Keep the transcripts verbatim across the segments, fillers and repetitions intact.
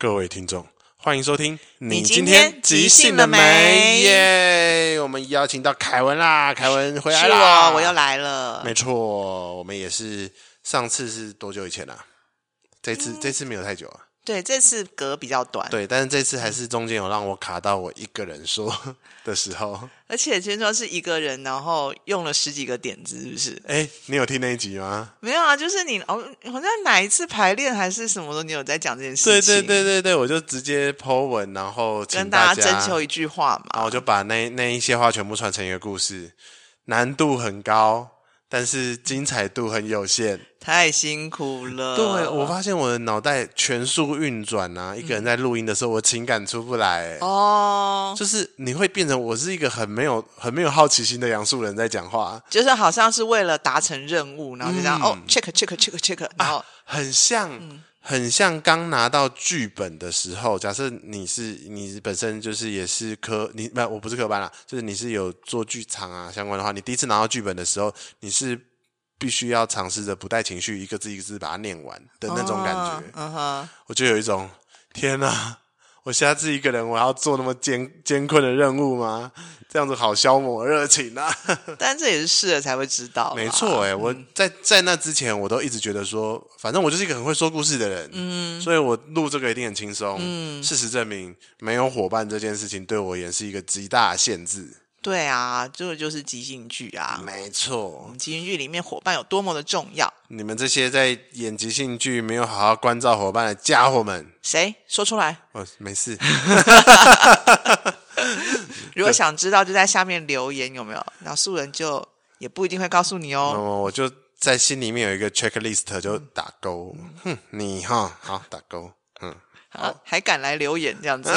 各位听众，欢迎收听。 你今天即兴了没？ 耶！我们邀请到凯文啦，凯文回来啦！ 是我，我又来了。 没错，我们也是上次是多久以前啊？这次、嗯、这次没有太久啊。 对，这次隔比较短。 对，但是这次还是中间有让我卡到我一个人说的时候， 而且听说是一个人，然后用了十几个点子，是不是？ 哎，你有听那一集吗？ 没有啊，就是你哦，好像哪一次排练还是什么的，你有在讲这件事情。 对对对对对，我就直接 po 文，然后请跟大家家征求一句话嘛， 然后我就把那那一些话全部串成一个故事，难度很高。但是精彩度很有限， 太辛苦了。 对，我发现我的脑袋全速运转啊，一个人在录音的时候，我情感出不来。哦，就是你会变成我是一个很没有、很没有好奇心的杨树人在讲话， 就是好像是为了达成任务，然后就这样、嗯、哦 ，check check check check， 然后、 啊、很像。嗯很像刚拿到剧本的时候，假设你是你本身就是也是科你不我不是科班啦，就是你是有做剧场啊相关的话，你第一次拿到剧本的时候，你是必须要尝试着不带情绪，一个字一个字把它念完的那种感觉。嗯哼，我就有一种天哪，我下次一个人我要做那么艰艰困的任务吗？这样子好消磨热情啊！ 但这也是试了才会知道。 没错，哎、欸，我在在那之前，我都一直觉得说，反正我就是一个很会说故事的人，嗯，所以我录这个一定很轻松。嗯，事实证明，没有伙伴这件事情对我也是一个极大的限制。 对啊，这个就是即兴剧啊。 没错， 即兴剧里面伙伴有多么的重要。 你们这些在演即兴剧没有好好关照伙伴的家伙们， 谁说出来？ 哦，没事。 如果想知道，就在下面留言，有没有？然后素人就也不一定会告诉你哦。 嗯，我就在心里面有一个 checklist， 就打勾。哼，你哈好打勾。嗯， 好，还敢来留言这样子？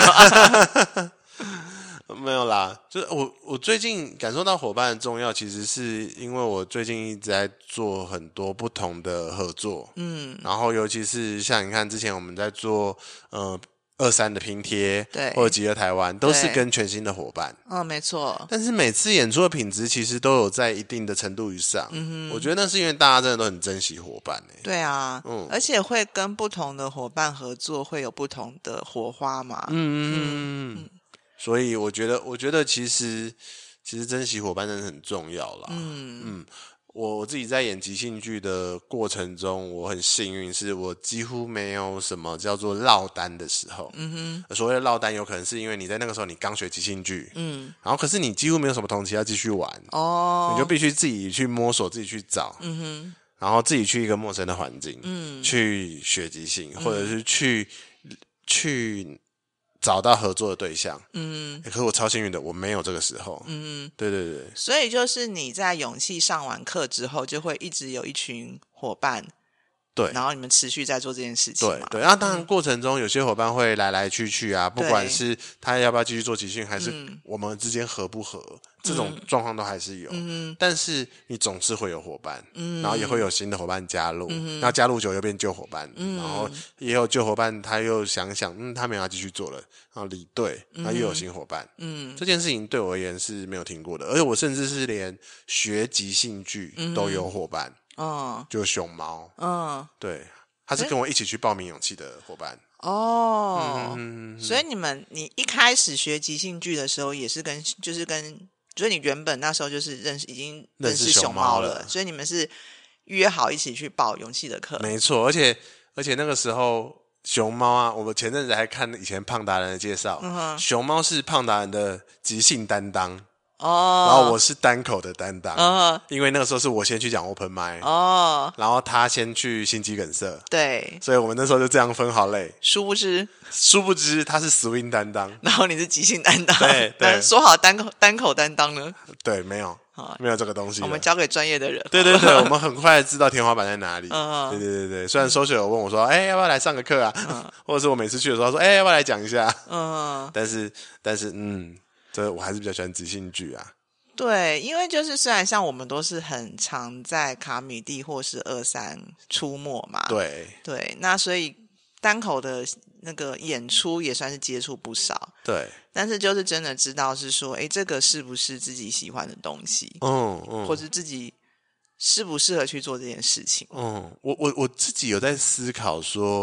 没有啦，就是我我最近感受到伙伴的重要，其实是因为我最近一直在做很多不同的合作，嗯，然后尤其是像你看之前我们在做呃二三的拼贴， 对， 或者极乐台湾，都是跟全新的伙伴， 嗯，没错。 但是每次演出的品质其实都有在一定的程度以上，嗯哼，我觉得那是因为大家真的都很珍惜伙伴、欸、 对啊，嗯，而且会跟不同的伙伴合作，会有不同的火花嘛， 嗯嗯嗯。嗯所以我觉得，我觉得其实其实珍惜伙伴真的很重要啦。嗯嗯，我我自己在演即兴剧的过程中，我很幸运，是我几乎没有什么叫做落单的时候。嗯哼，所谓的落单，有可能是因为你在那个时候你刚学即兴剧，嗯，然后可是你几乎没有什么同期要继续玩，哦，你就必须自己去摸索，自己去找，嗯哼，然后自己去一个陌生的环境，嗯，去学即兴，或者是去、嗯、去。找到合作的对象，嗯、欸，可是我超幸运的，我没有这个时候，嗯，对对对， 所以就是你在勇气上完课之后，就会一直有一群伙伴， 对， 然后你们持续在做这件事情嘛， 对对。那当然过程中有些伙伴会来来去去啊，不管是他要不要继续做即兴，还是我们之间合不合，嗯、这种状况都还是有，嗯，但是你总是会有伙伴，嗯，然后也会有新的伙伴加入，嗯，然后加入久又变旧伙伴，嗯，然后也有旧伙伴他又想想，嗯，他没有要继续做了。然后离队，那又有新伙伴，嗯，这件事情对我而言是没有停过的，而且我甚至是连学即兴剧都有伙伴，嗯，就熊猫，嗯，对，他是跟我一起去报名勇气的伙伴， 哦，嗯，所以你们你一开始学即兴剧的时候，也是跟就是跟，就是你原本那时候就是认识已经认识熊猫了，所以你们是约好一起去报勇气的课， 没错，而且而且那个时候。熊猫啊，我们前阵子还看以前胖达人的介绍，嗯、熊猫是胖达人的即兴担当，哦，然后我是单口的担当，哦，因为那个时候是我先去讲 open mic，哦，然后他先去心肌梗塞， 对， 所以我们那时候就这样分好类。 殊不知， 殊不知他是 swing 担当， 然后你是即兴担当， 对对， 说好单口单口担当呢？ 对，没有。没有这个东西， 我们交给专业的人。 对对对，我们很快知道天花板在哪里。Uh-huh. 对对对对，虽然搜学有问我说：“哎、欸，要不要来上个课啊？” uh-huh. 或者是我每次去的时候说：“哎、欸，要不要来讲一下？” uh-huh. 但是但是嗯，这我还是比较喜欢即兴剧啊。 对，因为就是虽然像我们都是很常在卡米蒂或是二三出没嘛， 对对，那所以单口的那个演出也算是接触不少。 对。 但是就是真的知道是说，哎，这个是不是自己喜欢的东西？嗯嗯，或者自己适不适合去做这件事情？ 嗯，我我我自己有在思考说，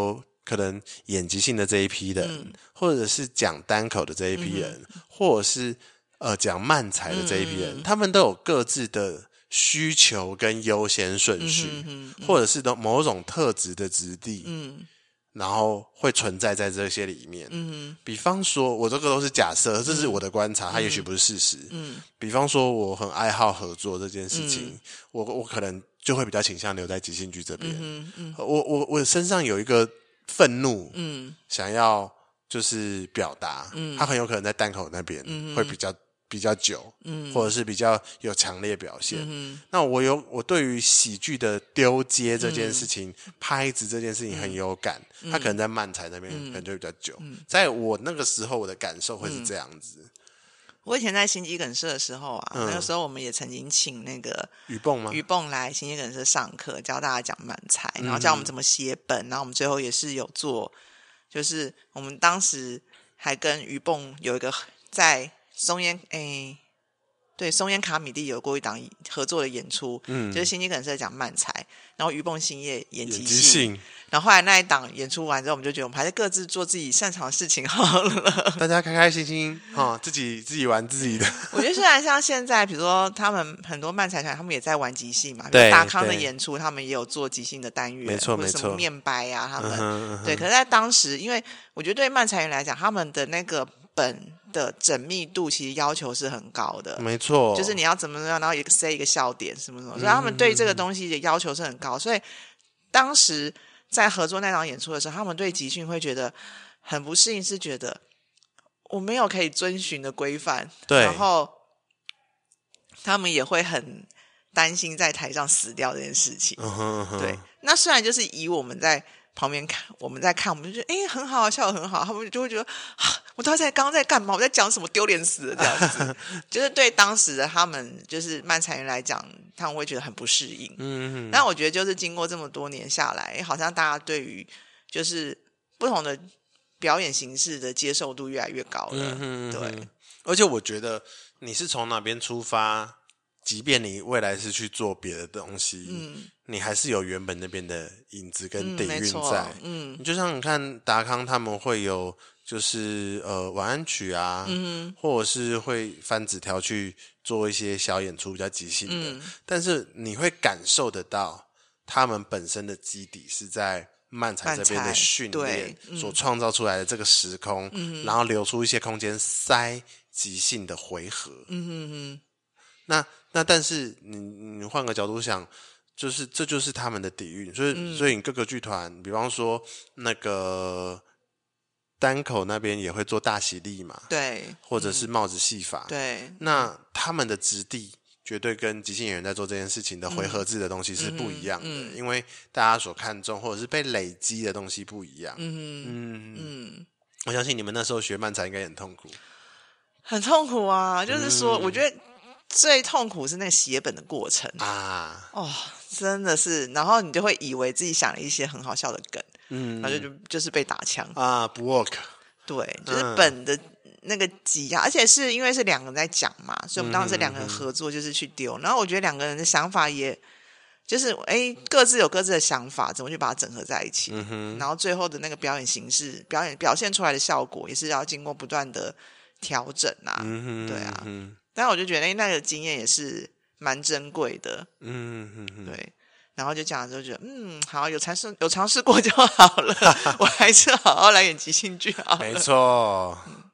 可能演即兴的这一批人，嗯、或者是讲单口的这一批人，嗯、或者是呃讲漫才的这一批人，嗯、他们都有各自的需求跟优先顺序，嗯嗯嗯、或者是某种特质的质地，嗯、然后会存在在这些里面。嗯、比方说，我这个都是假设，这是我的观察，它也许不是事实。嗯、比方说，我很爱好合作这件事情，嗯、我我可能就会比较倾向留在即兴剧这边。嗯嗯、我我我身上有一个愤怒，嗯、想要就是表达，嗯、他很有可能在单口那边会比较。比较久，嗯，或者是比较有强烈表现。嗯、那我有我对于喜剧的丢接这件事情、嗯、拍子这件事情很有感。嗯、他可能在漫才那边、嗯、可能就比较久。嗯、在我那个时候，我的感受会是这样子。嗯、 我以前在心肌梗塞的时候啊，嗯、那个时候我们也曾经请那个雨蹦吗？ 雨蹦来心肌梗塞上课，教大家讲漫才，然后教我们怎么写本，然后我们最后也是有做，就是我们当时还跟雨蹦有一个在。松烟诶，对，松烟卡米蒂有过一档合作的演出，嗯，就是心肌梗塞讲漫才，然后鱼蹦兴业演即兴，然后后来那一档演出完之后，我们就觉得我们还是各自做自己擅长的事情好了， 大家开开心心哈、哦，自己自己玩自己的。 我觉得虽然像现在，比如说他们很多漫才团，他们也在玩即兴嘛，比如大康的演出，他们也有做即兴的单元， 没错没错，什么面掰啊，他们、嗯哼嗯哼对，可是在当时，因为我觉得对漫才员来讲，他们的那个本的缜密度其实要求是很高的， 没错， 就是你要怎么样，然后也塞一个笑点什么什么，所以他们对这个东西的要求是很高，所以当时在合作那场演出的时候，他们对即兴会觉得很不适应，是觉得我没有可以遵循的规范， 对， 然后他们也会很担心在台上死掉这件事情，嗯哼嗯哼对，那虽然就是以我们在旁边看，我们在看，我们就觉得哎很好，笑得很好，他们就会觉得啊，我到底在刚刚在干嘛？我在讲什么？丢脸死了这样子，就是对当时的他们，就是漫才员来讲，他们会觉得很不适应。嗯，但我觉得就是经过这么多年下来，好像大家对于就是不同的表演形式的接受度越来越高了。嗯、对， 而且我觉得你是从哪边出发？即便你未来是去做别的东西，嗯，你还是有原本那边的影子跟底蕴在，嗯，你就像你看达康他们会有就是呃晚安曲啊，嗯，或者是会翻纸条去做一些小演出比较即兴的，嗯，但是你会感受得到他们本身的基底是在漫才这边的训练所创造出来的这个时空，嗯，然后留出一些空间塞即兴的回合，嗯哼哼，那。那但是你你换个角度想，就是这就是他们的底蕴，所以、嗯、所以你各个剧团，比方说那个单口那边也会做大喜力嘛， 对， 或者是帽子戏法， 对，那他们的质地绝对跟即兴演员在做这件事情的回合制的东西是不一样的，嗯嗯、因为大家所看重或者是被累积的东西不一样。嗯嗯嗯，我相信你们那时候学漫才应该也很痛苦， 很痛苦啊！就是说，嗯、我觉得。最痛苦是那个写本的过程啊！哦，真的是，然后你就会以为自己想了一些很好笑的梗，嗯，然后就就是被打枪啊，不 work。 对，就是本的那个挤压，而且是因为是两个人在讲嘛，所以我们当时两个人合作就是去丢。嗯、然后我觉得两个人的想法也，就是哎，各自有各自的想法，怎么去把它整合在一起？嗯哼。然后最后的那个表演形式、表演表现出来的效果，也是要经过不断的调整啊。嗯哼，对啊。嗯但我就觉得那个经验也是蛮珍贵的，嗯嗯嗯，对。然后就讲就觉得，嗯，好，有尝试有尝试过就好了，我还是好好来演即兴剧好了。 没错。嗯、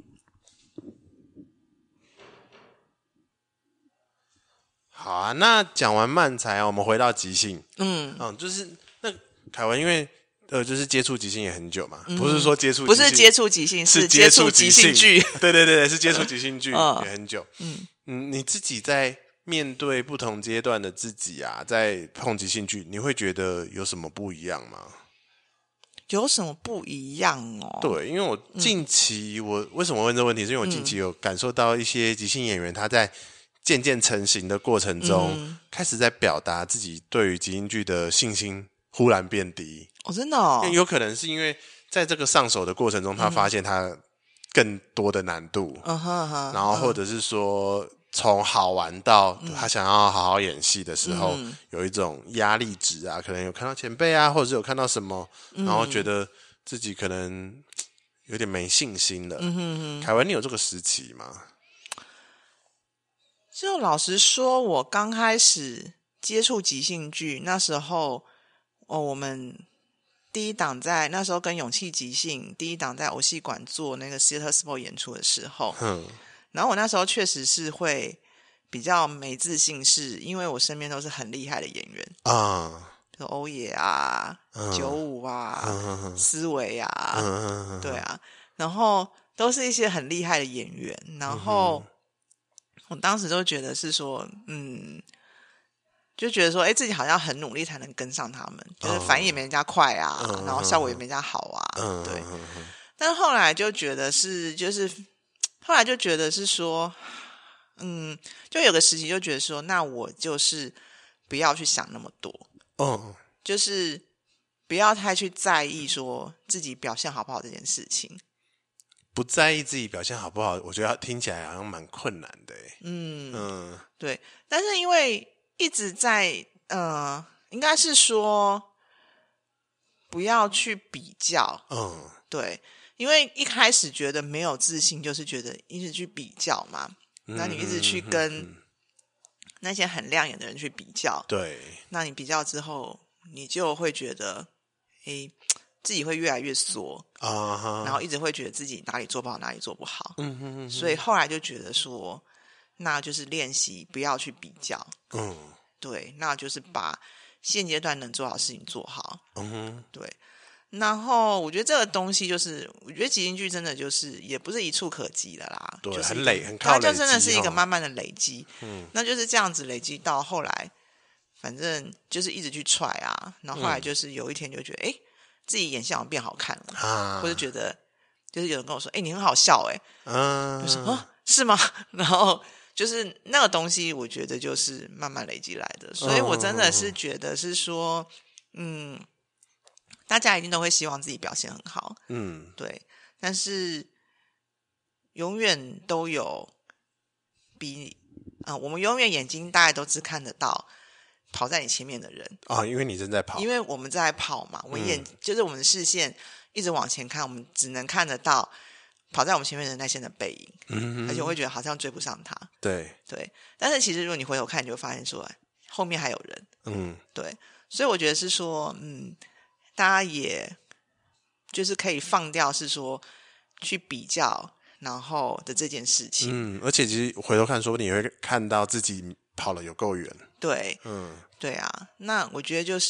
好啊，那讲完漫才，我们回到即兴。嗯嗯，就是那凯文，因为。呃，就是接触即兴也很久嘛，嗯、不是说接触不是接触即兴，是接触即兴剧。 对对对对，是接触即兴剧也很久。嗯嗯，你自己在面对不同阶段的自己啊，在碰即兴剧，你会觉得有什么不一样吗？ 有什么不一样哦？ 对，因为我近期、嗯、我为什么问这个问题，是因为我近期有感受到一些即兴演员他在渐渐成型的过程中，嗯、开始在表达自己对于即兴剧的信心忽然变低。 哦，真的哦， 有可能是因为在这个上手的过程中，他发现他更多的难度，嗯哼哼，然后或者是说从好玩到他想要好好演戏的时候， 嗯、 有一种压力值啊，可能有看到前辈啊，或者是有看到什么， 嗯、 然后觉得自己可能有点没信心了。 嗯哼哼， 凯文，你有这个时期吗？ 就老实说，我刚开始接触即兴剧那时候，哦，我们第一档在那时候跟勇气即兴第一档在偶戏馆做那个 Theater Sport 演出的时候，然后我那时候确实是会比较没自信，是因为我身边都是很厉害的演员啊，就欧野啊、九五啊、嗯、思维啊、嗯，对啊，然后都是一些很厉害的演员，然后。我当时就觉得是说，嗯，就觉得说，哎，自己好像很努力才能跟上他们，就是反应也没人家快啊，嗯、然后效果也没人家好啊，嗯、对。嗯、但是后来就觉得是，就是后来就觉得是说，嗯，就有个时期就觉得说，那我就是不要去想那么多，哦，就是不要太去在意说自己表现好不好这件事情。 不在意自己表现好不好，我觉得听起来好像蛮困难的。 嗯嗯，对。但是因为一直在呃，应该是说不要去比较。嗯，对。因为一开始觉得没有自信，就是觉得一直去比较嘛。嗯、那你一直去跟那些很亮眼的人去比较，对。那你比较之后，你就会觉得，诶。自己会越来越缩啊，然后一直会觉得自己哪里做不好，哪里做不好。嗯哼哼，所以后来就觉得说，那就是练习不要去比较。嗯，对，那就是把现阶段能做好的事情做好。嗯哼，对。然后我觉得这个东西就是，我觉得即兴剧真的就是也不是一触可及的啦， 对， 就是很累，很靠累积， 它就真的是一个慢慢的累积。嗯，那就是这样子累积到后来，反正就是一直去try啊，然后后来就是有一天就觉得，哎、嗯。自己演戏好像变好看了，啊、或者觉得就是有人跟我说：“哎、欸，你很好笑哎、欸。”嗯，就说：“哦，是吗？”然后就是那个东西，我觉得就是慢慢累积来的。所以我真的是觉得是说，嗯，大家一定都会希望自己表现很好，嗯，对。但是永远都有比啊、呃，我们永远眼睛大概都只看得到。跑在你前面的人啊，因为你正在跑， 因为我们在跑嘛，我们眼、嗯、就是我们的视线一直往前看，我们只能看得到跑在我们前面的那些人的背影，嗯，而且我会觉得好像追不上他， 对对。但是其实如果你回头看，你就会发现说后面还有人，嗯，对。所以我觉得是说，嗯，大家也就是可以放掉，是说去比较，然后的这件事情， 嗯，而且其实回头看，说不定你会看到自己跑了有够远。 对，嗯，对啊，那我觉得就是，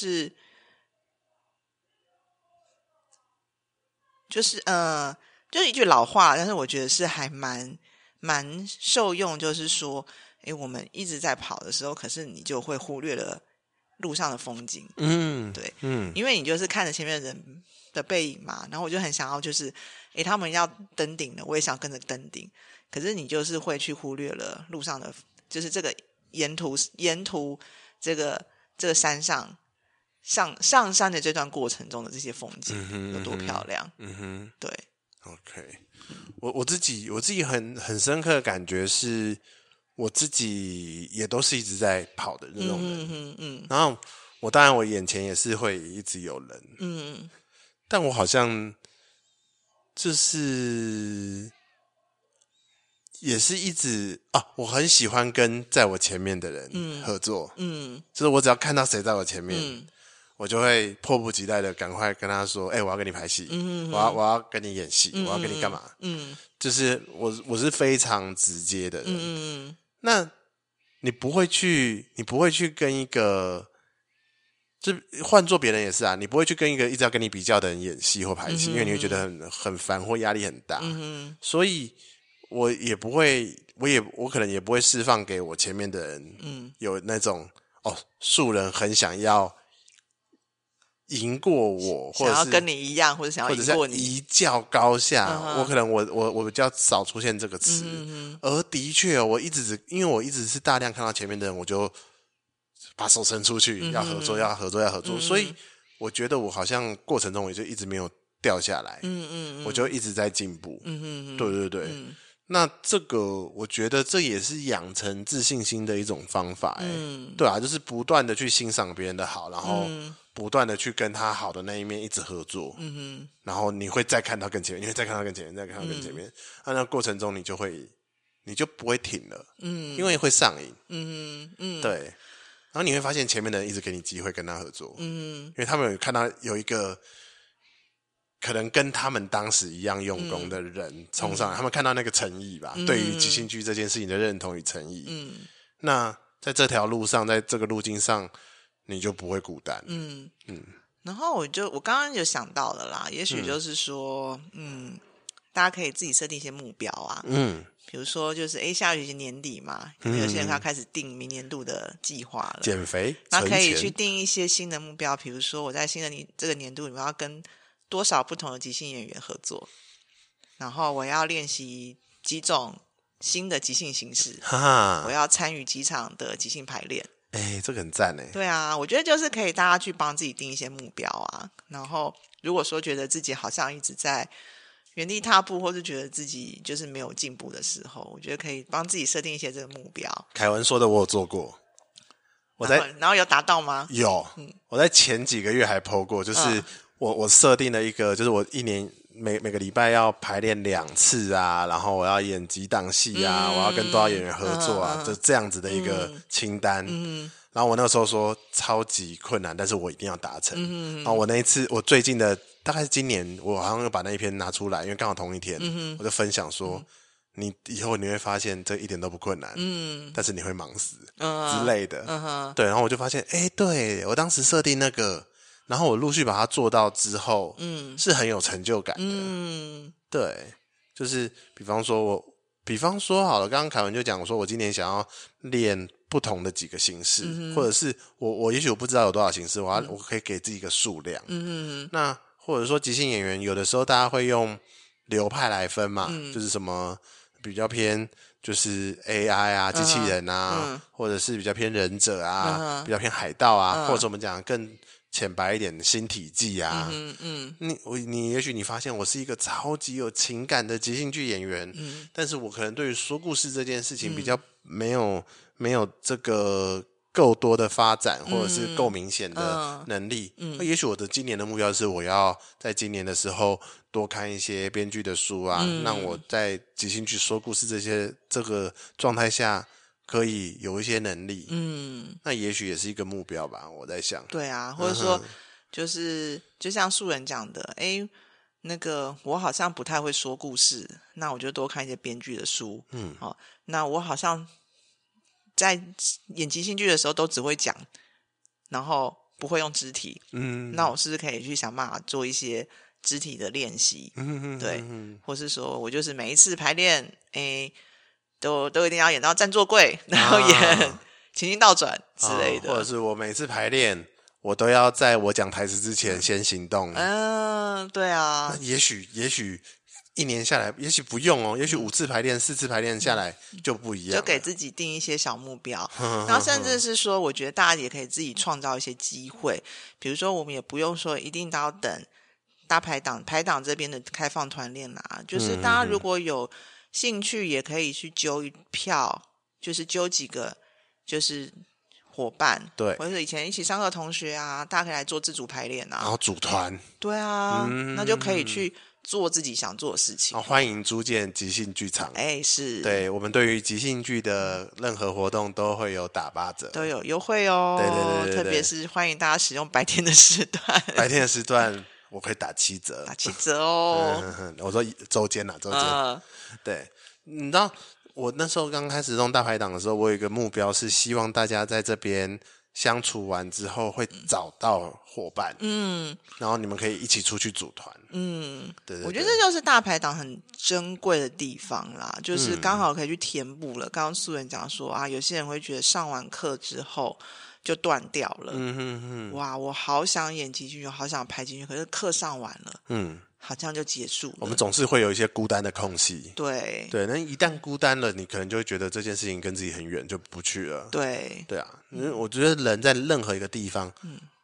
就是呃，就是一句老话，但是我觉得是还蛮蛮受用，就是说，哎，我们一直在跑的时候，可是你就会忽略了路上的风景，嗯，对，嗯，因为你就是看着前面的人的背影嘛，然后我就很想要，就是，哎，他们要登顶了，我也想跟着登顶，可是你就是会去忽略了路上的，就是这个。沿途沿途这个这个山上上上山的这段过程中的这些风景、嗯、有多漂亮，嗯哼，对 OK， 我我自己我自己很很深刻的感觉是我自己也都是一直在跑的那种人，嗯嗯嗯，然后我当然我眼前也是会一直有人，嗯，但我好像就是也是一直啊，我很喜欢跟在我前面的人合作，嗯，嗯就是我只要看到谁在我前面，嗯、我就会迫不及待的赶快跟他说：“哎、欸，我要跟你拍戏，嗯、我要我要跟你演戏，嗯、我要跟你干嘛？”嗯，就是我我是非常直接的人，嗯、那你不会去，你不会去跟一个，就换做别人也是啊，你不会去跟一个一直要跟你比较的人演戏或拍戏，嗯、因为你会觉得很很烦或压力很大，嗯、所以。我也不会，我也我可能也不会释放给我前面的人，嗯，有那种哦，素人很想要赢过我，或者是想要跟你一样，或者想要赢过你， 一较高下。Uh-huh. 我可能我我我比较少出现这个词，嗯、而的确，我一直因为我一直是大量看到前面的人，我就把手伸出去，嗯、要合作，要合作，要合作。嗯、所以我觉得我好像过程中我就一直没有掉下来，嗯嗯嗯，我就一直在进步，嗯嗯嗯，对对对。嗯那这个我觉得这也是养成自信心的一种方法、欸，嗯，对啊，就是不断的去欣赏别人的好，然后不断的去跟他好的那一面一直合作，嗯哼，然后你会再看到更前面，你会再看到更前面，再看到更前面，嗯、啊，那过程中你就会，你就不会停了，嗯，因为会上瘾，嗯嗯，对，然后你会发现前面的人一直给你机会跟他合作，嗯，因为他们有看到有一个。可能跟他们当时一样用功的人冲上来，嗯、他们看到那个诚意吧，嗯、对于即兴剧这件事情的认同与诚意。嗯，那在这条路上，在这个路径上，你就不会孤单。嗯嗯。 然后我就我刚刚有想到了啦，也许就是说，嗯, 嗯，大家可以自己设定一些目标啊。嗯。比如说，就是哎，下学期年底嘛，可能有些人要开始定明年度的计划了， 减肥， 那可以去定一些新的目标，比如说我在新的年这个年度里面要跟多少不同的即兴演员合作，然后我要练习几种新的即兴形式，我要参与几场的即兴排练。 哎，这个很赞哎。 对啊，我觉得就是可以大家去帮自己定一些目标啊，然后如果说觉得自己好像一直在原地踏步，或是觉得自己就是没有进步的时候，我觉得可以帮自己设定一些这个目标。 凯文说的我有做过，我在然后, 然后有达到吗？ 有、嗯、我在前几个月还 po 过，就是、嗯我我设定了一个，就是我一年每每个礼拜要排练两次啊，然后我要演几档戏啊、嗯，我要跟多少演员合作啊，嗯、就这样子的一个清单。嗯，然后我那个时候说超级困难，但是我一定要达成。嗯，然后我那一次，我最近的大概是今年，我好像又把那一篇拿出来，因为刚好同一天，嗯、我就分享说。嗯你以后你会发现这一点都不困难，嗯，但是你会忙死、嗯、之类的，嗯、对，然后我就发现，哎，对我当时设定那个。然后我陆续把它做到之后，嗯，是很有成就感的，嗯，对，就是比方说我，比方说好了，刚刚凯文就讲说，我今年想要练不同的几个形式，嗯、或者是我我也许我不知道有多少形式，我要、嗯、我可以给自己一个数量，嗯，那或者说即兴演员，有的时候大家会用流派来分嘛，嗯、就是什么比较偏。就是 A I 啊，机器人啊，嗯、或者是比较偏忍者啊，嗯、比较偏海盗啊，嗯、或者我们讲更浅白一点的新体技啊。嗯嗯，你我你也许你发现我是一个超级有情感的即兴剧演员，嗯，但是我可能对于说故事这件事情比较没有、嗯、没有这个够多的发展，或者是够明显的能力。嗯，嗯也许我的今年的目标是我要在今年的时候。多看一些编剧的书啊，嗯、让我在即兴剧说故事这些这个状态下可以有一些能力。嗯，那也许也是一个目标吧，我在想。 对啊，或者说、嗯、就是就像素人讲的，诶，那个我好像不太会说故事，那我就多看一些编剧的书。嗯，好、哦，那我好像在演即兴剧的时候都只会讲，然后不会用肢体。嗯，那我是不是可以去想办法做一些？肢体的练习，嗯、对，嗯、或是说我就是每一次排练，诶，都都一定要演到站坐柜，然后演情境倒转之类的、 哦，或者是我每次排练，我都要在我讲台词之前先行动。 嗯，对啊， 也许也许一年下来，也许不用哦，也许五次排练、四次排练下来就不一样， 就给自己定一些小目标，然后甚至是说，我觉得大家也可以自己创造一些机会，比如说我们也不用说一定都要等。大排档排档这边的开放团练啦，就是大家如果有兴趣，也可以去揪一票，就是揪几个就是伙伴， 对， 或者以前一起上课的同学啊，大家可以来做自主排练啊， 然后组团， 对啊，嗯、那就可以去做自己想做的事情。 哦、欢迎租借即兴剧场， 哎，是， 对我们对于即兴剧的任何活动都会有打八折， 都有优惠哦， 对对 对, 对, 对, 对， 特别是欢迎大家使用白天的时段， 白天的时段。我可以打七折， 打七折哦！ 嗯、呵呵我说周间呐，周间。呃、对，你知道我那时候刚开始弄大排档的时候，我有一个目标是希望大家在这边相处完之后会找到伙伴，嗯，然后你们可以一起出去组团，嗯，对, 对, 对， 我觉得这就是大排档很珍贵的地方啦，就是刚好可以去填补了。刚刚素人讲说啊，有些人会觉得上完课之后。就断掉了，嗯哼哼，哇！我好想演即兴剧，好想排进去，可是课上完了，嗯，好像就结束了。 我们总是会有一些孤单的空隙， 对对。那一旦孤单了，你可能就会觉得这件事情跟自己很远，就不去了。 对对啊，因为我觉得人在任何一个地方，嗯，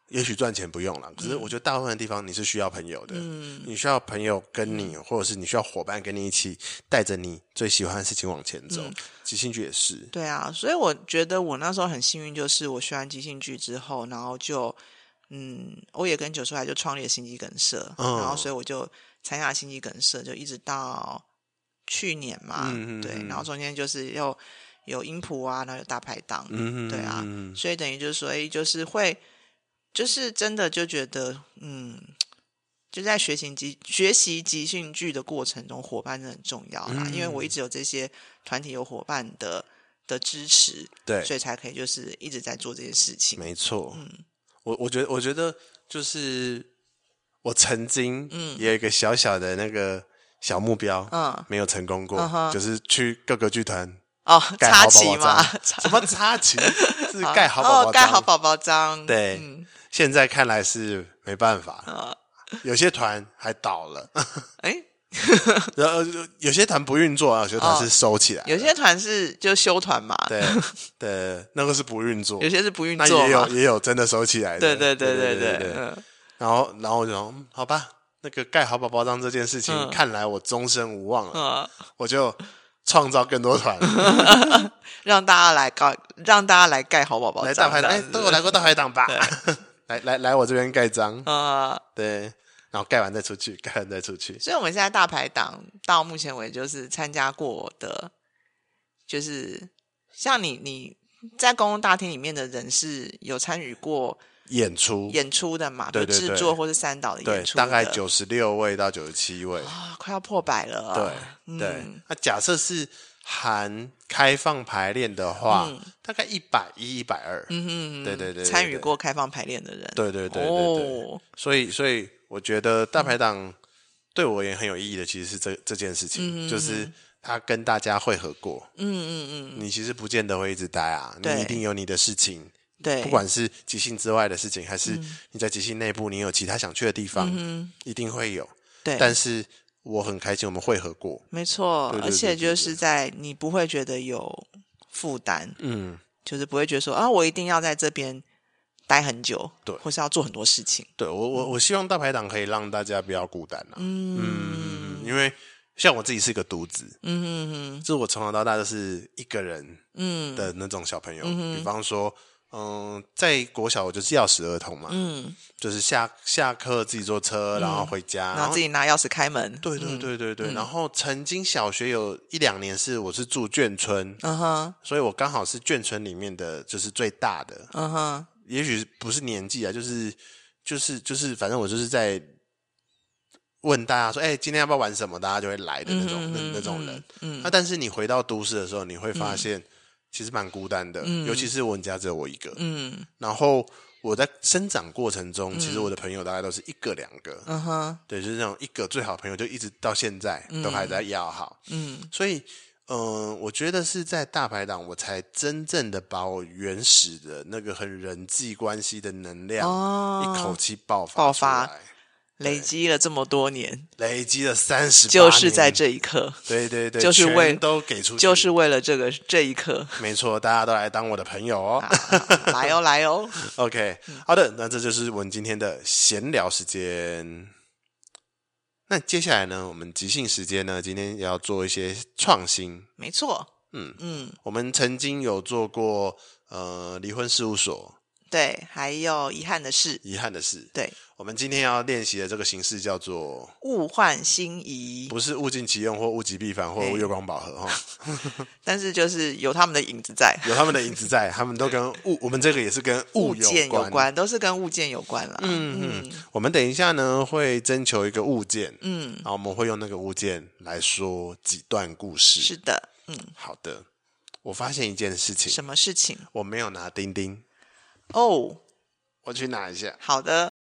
也许赚钱不用了，可是我觉得大部分的地方你是需要朋友的，嗯，你需要朋友跟你，或者是你需要伙伴跟你一起带着你最喜欢的事情往前走。嗯、即兴剧也是， 对啊，所以我觉得我那时候很幸运，就是我学完即兴剧之后，然后就嗯，我也跟九叔来就创立了心肌梗塞，嗯、然后所以我就参加了心肌梗塞，就一直到去年嘛，嗯嗯对，然后中间就是又有音谱啊，然后有大排档，嗯对啊，所以等于就是所以就是会。就是真的就觉得，嗯，就在学习即学习即兴剧的过程中，伙伴真的很重要啦。嗯、因为我一直有这些团体有伙伴的的支持， 对， 所以才可以就是一直在做这些事情。 没错，嗯，我我觉得我觉得就是我曾经也有一个小小的那个小目标，嗯，没有成功过，嗯、就是去各个剧团。 哦，插旗吗？ 什么插旗？是盖好宝宝章。 哦，盖好宝宝章。 对，嗯、现在看来是没办法。哦、有些团还倒了。哎、欸，然后有些团不运作啊，有些团是收起来、哦。 有些团是就休团嘛。 对对，那个是不运作。 有些是不运作嘛， 那也有也有真的收起来的。 对对对对对对。嗯、 然后然后我就说、嗯，好吧，那个盖好宝宝章这件事情，嗯、看来我终身无望了。嗯、我就。创造更多团， 让大家来盖，让大家来盖好宝宝章。 来大排档，哎，都有来过大排档吧？来来来，我这边盖章啊，呃、对，然后盖完再出去，盖完再出去。 所以我们现在大排档到目前为止就是参加过的，就是像你你在公共大厅里面的人是有参与过。 演出演出的嘛， 对对对， 制作或是三导的演出的， 对，大概九十六位到九十七位， 啊、哦，快要破百了、啊。 对、嗯、对，那假设是含开放排练的话，嗯、大概一百一、一百二。嗯哼，对对对， 参与过开放排练的人， 对对对对对。哦、所以所以我觉得大排档对我也很有意义的，其实是这这件事情，嗯、就是他跟大家会合过。嗯嗯嗯，你其实不见得会一直待啊，你一定有你的事情。 对， 不管是即兴之外的事情，还是你在即兴内部，你有其他想去的地方，嗯、一定会有。 对， 但是我很开心，我们会合过， 没错，而且就是在你不会觉得有负担，嗯，就是不会觉得说啊，我一定要在这边待很久， 对， 或是要做很多事情。 对我，我我希望大排档可以让大家不要孤单啊，嗯嗯，因为像我自己是一个独子，嗯哼哼，就是我从小到大都是一个人，嗯的那种小朋友，嗯、比方说。嗯，在国小我就是钥匙儿童嘛，嗯，就是下下课自己坐车，嗯、然后回家， 然后自己拿钥匙开门。 对对对对对。嗯、然后曾经小学有一两年是我是住眷村，嗯哼，所以我刚好是眷村里面的就是最大的，嗯哼。也许不是年纪啊，就是就是就是，反正我就是在问大家说，哎、欸，今天要不要玩什么？大家就会来的那种、嗯、那那种人。嗯，那、啊、但是你回到都市的时候，你会发现。嗯其实蛮孤单的，嗯、尤其是我们家只有我一个。嗯，然后我在生长过程中，嗯、其实我的朋友大概都是一个两个。嗯哼，对，就是那种一个最好的朋友，就一直到现在、嗯、都还在要好。嗯，所以，嗯、呃，我觉得是在大排档，我才真正的把我原始的那个很人际关系的能量，哦、一口气爆发出来。 累积了这么多年， 累积了三十， 就是在这一刻， 对对对， 就是为都给出去， 就是为了这个这一刻， 没错，大家都来当我的朋友哦， 来哦来哦 ，OK， 好的，那这就是我们今天的闲聊时间。那接下来呢，我们即兴时间呢，今天也要做一些创新， 没错， 嗯嗯，我们曾经有做过呃离婚事务所。 对，还有遗憾的事， 遗憾的事。 对， 我们今天要练习的这个形式叫做物换星移， 不是物尽其用或物极必反或月光宝盒哈。 但是就是有他们的影子在， 有他们的影子在，他们都跟物，我们这个也是跟物有件有关，都是跟物件有关啦。 嗯嗯，嗯我们等一下呢会征求一个物件，嗯，然后我们会用那个物件来说几段故事。 是的，嗯， 好的。我发现一件事情， 什么事情？ 我没有拿钉钉。 哦， 我去拿一下。 好的，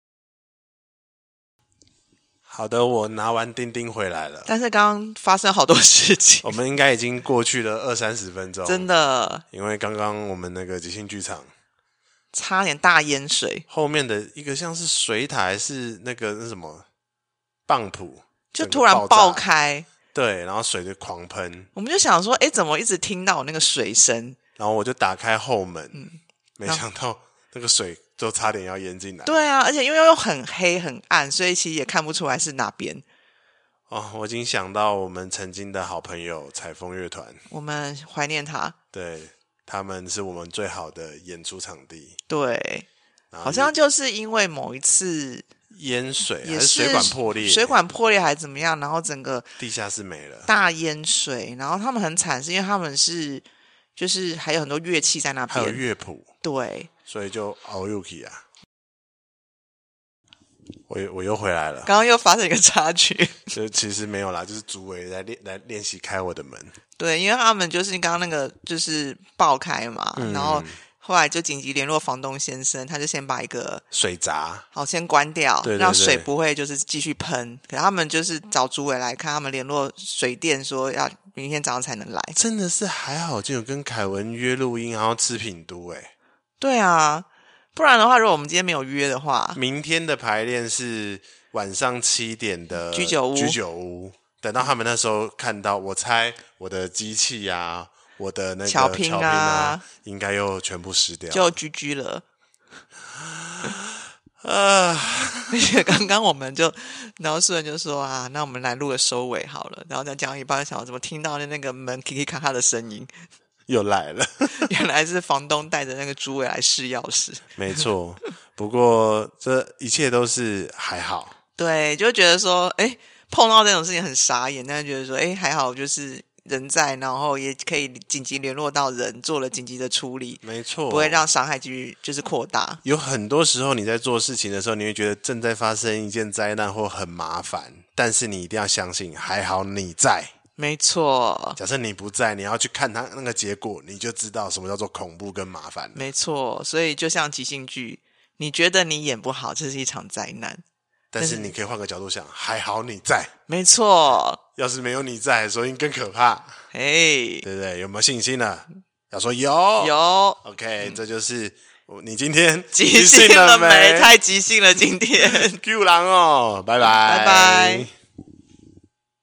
好的，我拿完钉钉回来了。 但是刚刚发生好多事情， 我们应该已经过去了二三十分钟， 真的。 因为刚刚我们那个即兴剧场差点大淹水， 后面的一个像是水塔还是那个那什么泵浦， 就突然爆開。 对，然后水就狂喷。 我们就想说，哎，怎么一直听到那个水声？ 然后我就打开后门，嗯、没想到。那个水就差点要淹进来。 对啊，而且因为又很黑很暗，所以其实也看不出来是哪边。 哦，我已经想到我们曾经的好朋友采风乐团， 我们怀念他。 对，他们是我们最好的演出场地。 对，好像就是因为某一次淹水还是水管破裂， 水管破裂还是怎么样，然后整个地下室没了， 大淹水，然后他们很惨，是因为他们是就是还有很多乐器在那边， 还有乐谱， 对， 所以就熬入去啊。我我又回来了， 刚刚又发生一个插曲， 就其实没有啦，就是主委来练来练习开我的门。 对，因为他们就是刚刚那个就是爆开嘛，嗯、然后后来就紧急联络房东先生，他就先把一个水闸好先关掉， 对对对， 让水不会就是继续喷。可他们就是找主委来看，他们联络水电说要明天早上才能来。 真的是还好，就有跟凯文约录音，然后吃品都哎、欸。 对啊。不然的话，如果我们今天没有约的话， 明天的排练是晚上七点的居酒屋。 居酒屋，等到他们那时候看到，我猜我的机器啊，我的那个巧拼 啊, 啊，应该又全部湿掉， 就居居了。 啊！ 而且刚刚我们就，然后素人就说啊，那我们来录个收尾好了。然后再讲一半，想怎么听到那个门噼噼咔咔的声音。 又来了， 原来是房东带着那个诸位来试钥匙。 没错，不过这一切都是还好。 对，就觉得说，哎，碰到这种事情很傻眼，但是觉得说，哎，还好，就是人在，然后也可以紧急联络到人，做了紧急的处理。 没错， 不会让伤害继续就是扩大。 有很多时候你在做事情的时候，你会觉得正在发生一件灾难或很麻烦，但是你一定要相信，还好你在。 没错， 假设你不在，你要去看他那个结果，你就知道什么叫做恐怖跟麻烦了。 没错，所以就像即兴剧，你觉得你演不好，这是一场灾难， 但是你可以换个角度想，还好你在。 没错， 要是没有你在，所以更可怕。 嘿， 对不对？有没有信心呢？要说有， 有。 OK，、嗯、这就是你今天即兴了没？ 太即兴了，今天。 Q 狼哦，拜拜， 拜拜。